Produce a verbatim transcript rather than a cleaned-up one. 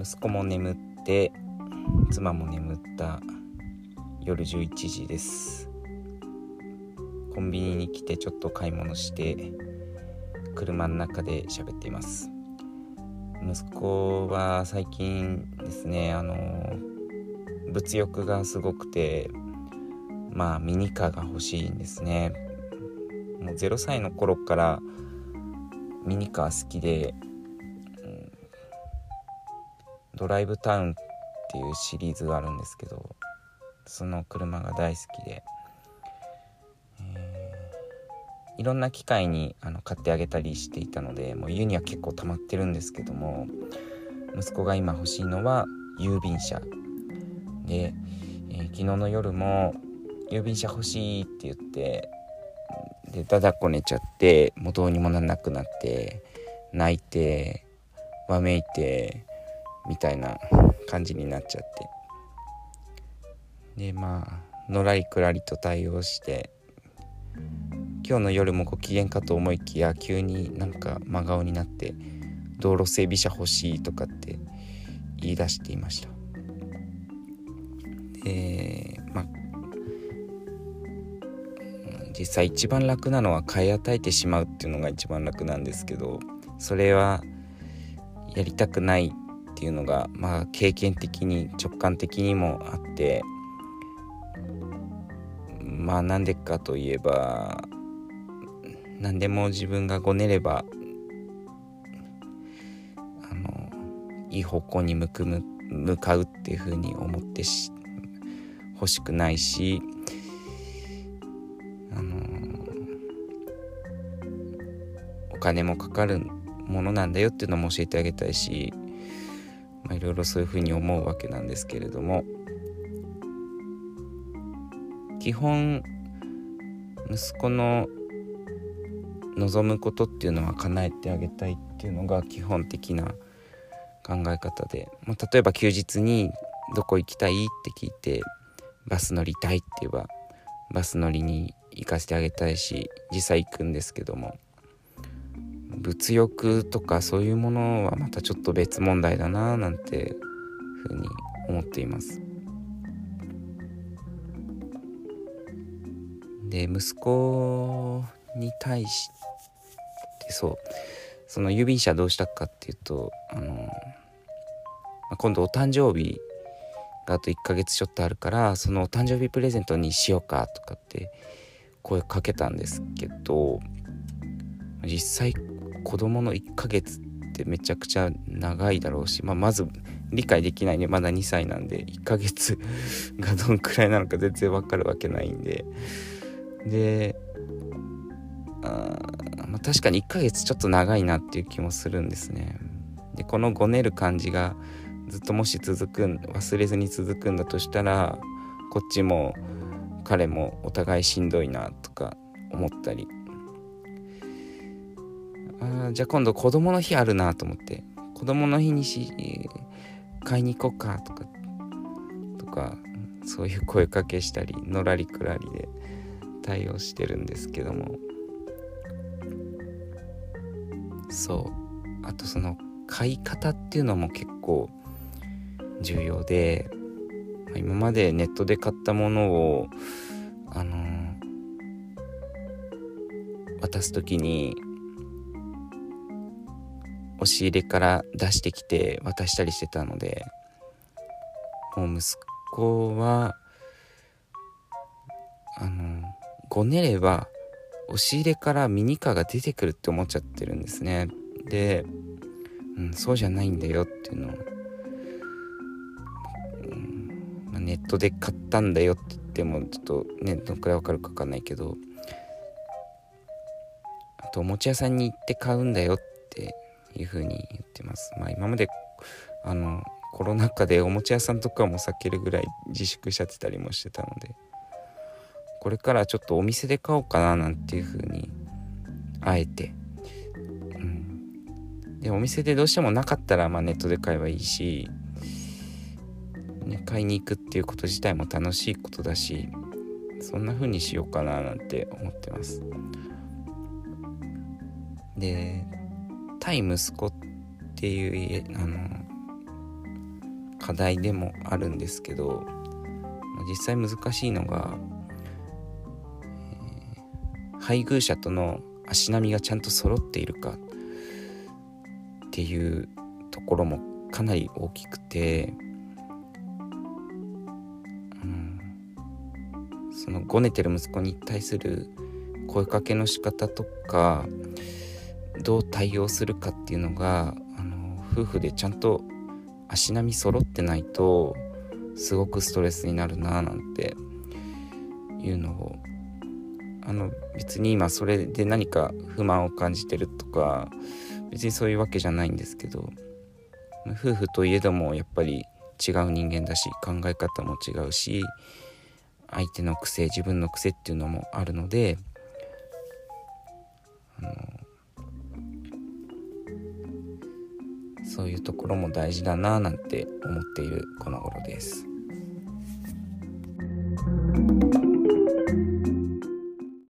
息子も眠って妻も眠った夜じゅういちじです。コンビニに来てちょっと買い物して車の中で喋っています。息子は最近ですね、あの物欲がすごくて、まあミニカーが欲しいんですね。もうゼロさいの頃からミニカー好きで、うん、ドライブタウンっていうシリーズがあるんですけど、その車が大好きで、えー、いろんな機会にあの買ってあげたりしていたので、もう家には結構溜まってるんですけども、息子が今欲しいのは郵便車で、えー、昨日の夜も郵便車欲しいって言ってでだだこねちゃって、もうどうにもなんなくなって泣いてわめいてみたいな感じになっちゃって、でまあのらりくらりと対応して、今日の夜もご機嫌かと思いきや急になんか真顔になって道路整備車欲しいとかって言い出していました。でまあ実際一番楽なのは買い与えてしまうっていうのが一番楽なんですけど、それはやりたくないっていうのが、まあ経験的に直感的にもあって、まあなんでかといえば、何でも自分がごねればあのいい方向に向く向かうっていう風に思ってし欲しくないし、あのお金もかかるものなんだよっていうのも教えてあげたいし、まあ、いろいろそういう風に思うわけなんですけれども、基本息子の望むことっていうのは叶えてあげたいっていうのが基本的な考え方で、まあ、例えば休日にどこ行きたいって聞いてバス乗りたいって言えばバス乗りに行かせてあげたいし、実際行くんですけども、物欲とかそういうものはまたちょっと別問題だななんてふうに思っています。で息子に対してそうその郵便車どうしたかっていうと、あの今度お誕生日があといっかげつちょっとあるから、そのお誕生日プレゼントにしようかとかって声かけたんですけど、実際子供のいっかげつってめちゃくちゃ長いだろうし、まあ、まず理解できないね。まだにさいなんでいっかげつがどんくらいなのか全然わかるわけないんで、であ、まあ、確かにいっかげつちょっと長いなっていう気もするんですね。でこのごねる感じがずっともし続く忘れずに続くんだとしたら、こっちも彼もお互いしんどいなとか思ったり、あじゃあ今度子供の日あるなと思って、子供の日にし買いに行こうかとかとかそういう声かけしたりのらりくらりで対応してるんですけども、そうあとその買い方っていうのも結構重要で、今までネットで買ったものをあの渡すときに押し入れから出してきて渡したりしてたので、もう息子はあのごねれば押し入れからミニカーが出てくるって思っちゃってるんですね。で、うん、そうじゃないんだよっていうのを、うんまあ、ネットで買ったんだよって言ってもちょっとねどのくらいわかるかわかんないけど、あとおもちゃ屋さんに行って買うんだよっていう風に言ってます。まあ今まであのコロナ禍でおもちゃ屋さんとかも避けるぐらい自粛しちゃってたりもしてたので、これからちょっとお店で買おうかななんていう風にあえて、うん、でお店でどうしてもなかったらまあネットで買えばいいし、ね、買いに行くっていうこと自体も楽しいことだし、そんな風にしようかななんて思ってます。で対息子っていうあの課題でもあるんですけど、実際難しいのが、えー、配偶者との足並みがちゃんと揃っているかっていうところもかなり大きくて、うん、そのごねてる息子に対する声かけの仕方とかどう対応するかっていうのが、あの夫婦でちゃんと足並み揃ってないとすごくストレスになるななんていうのを、あの別に今それで何か不満を感じてるとか別にそういうわけじゃないんですけど、夫婦といえどもやっぱり違う人間だし、考え方も違うし、相手の癖、自分の癖っていうのもあるので、あのそういうところも大事だななんて思っているこの頃です。